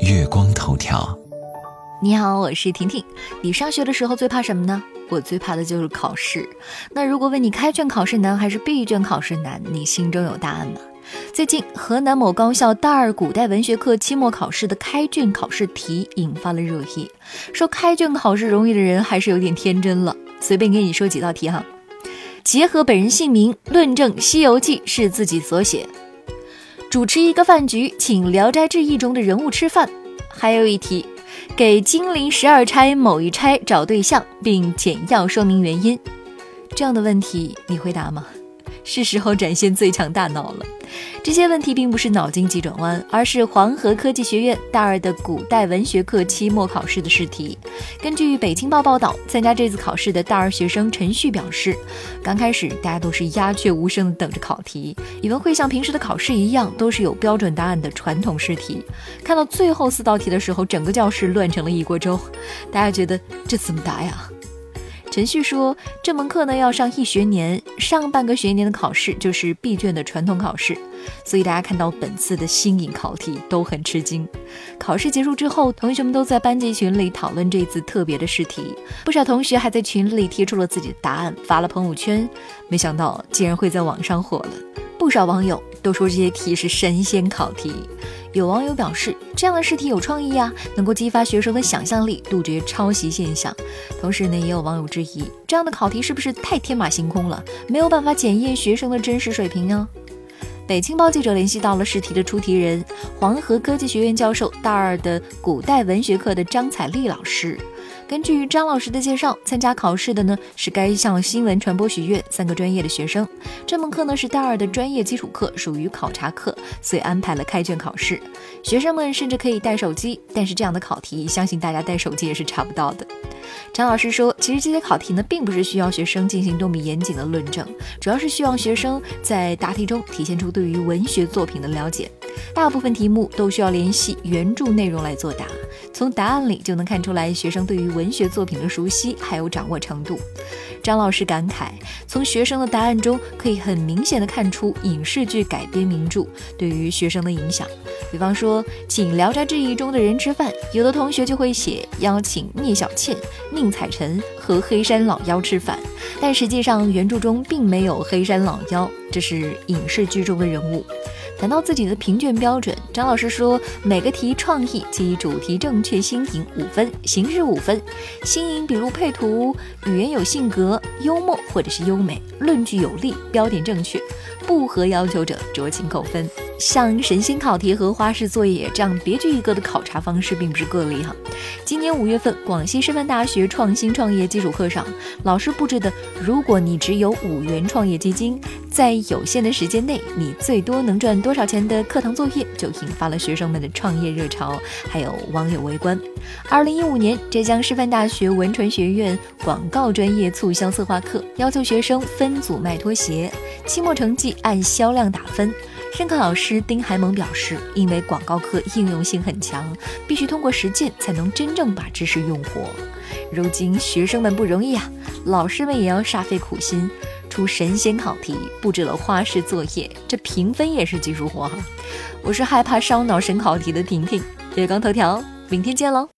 月光头条。 你好，我是婷婷。你上学的时候最怕什么呢？我最怕的就是考试。那如果问你开卷考试难还是闭卷考试难，你心中有答案吗？最近河南某高校大二古代文学课期末考试的开卷考试题引发了热议。说开卷考试容易的人还是有点天真了。随便给你说几道题哈。结合本人姓名论证《西游记》是自己所写，主持一个饭局请《聊斋志异》中的人物吃饭。还有一题，给金陵12钗某一钗找对象并简要说明原因。这样的问题你会答吗？是时候展现最强大脑了。这些问题并不是脑筋急转弯，而是黄河科技学院大二的古代文学课期末考试的试题。根据北青报报道，参加这次考试的大二学生陈旭表示，刚开始大家都是鸦雀无声地等着考题，以为会像平时的考试一样都是有标准答案的传统试题。看到最后4道题的时候，整个教室乱成了一锅粥，大家觉得这怎么答呀？陈旭说，这门课呢要上1学年，上半个学年的考试就是闭卷的传统考试，所以大家看到本次的新颖考题都很吃惊。考试结束之后，同学们都在班级群里讨论这次特别的试题，不少同学还在群里贴出了自己的答案，发了朋友圈，没想到竟然会在网上火了。不少网友都说这些题是神仙考题。有网友表示，这样的试题有创意啊，能够激发学生的想象力，杜绝抄袭现象。同时呢，也有网友质疑，这样的考题是不是太天马行空了，没有办法检验学生的真实水平呢？北青报记者联系到了试题的出题人，黄河科技学院教授大二的古代文学课的张彩丽老师。根据张老师的介绍，参加考试的呢是该校新闻传播学院3个专业的学生。这门课呢是大二的专业基础课，属于考察课，所以安排了开卷考试。学生们甚至可以带手机，但是这样的考题，相信大家带手机也是查不到的。张老师说，其实这些考题呢，并不是需要学生进行多么严谨的论证，主要是希望学生在答题中体现出对于文学作品的了解。大部分题目都需要联系原著内容来作答，从答案里就能看出来学生对于文学作品的熟悉还有掌握程度。张老师感慨，从学生的答案中可以很明显地看出影视剧改编名著对于学生的影响。比方说，请《聊斋志异》中的人吃饭，有的同学就会写邀请聂小倩、宁采臣和黑山老妖吃饭，但实际上原著中并没有黑山老妖，这是影视剧中的人物。谈到自己的评卷标准，张老师说，每个题创意及主题正确新颖5分，形式5分。新颖笔录配图，语言有性格，幽默或者是优美，论据有力，标点正确，不合要求者酌情扣分。像神仙考题和花式作业这样别具一格的考察方式并不是个例哈。今年5月份，广西师范大学创新创业基础课上，老师布置的如果你只有5元创业基金，在有限的时间内你最多能赚多少钱的课堂作业，就引发了学生们的创业热潮，还有网友围观。2015年，浙江师范大学文传学院广告专业促销策划课要求学生分组卖拖鞋，期末成绩按销量打分。任课老师丁海萌表示，因为广告课应用性很强，必须通过实践才能真正把知识用活。如今学生们不容易啊，老师们也要煞费苦心，出神仙考题，布置了花式作业，这评分也是技术活哈。我是害怕烧脑神考题的婷婷，月光头条，明天见喽。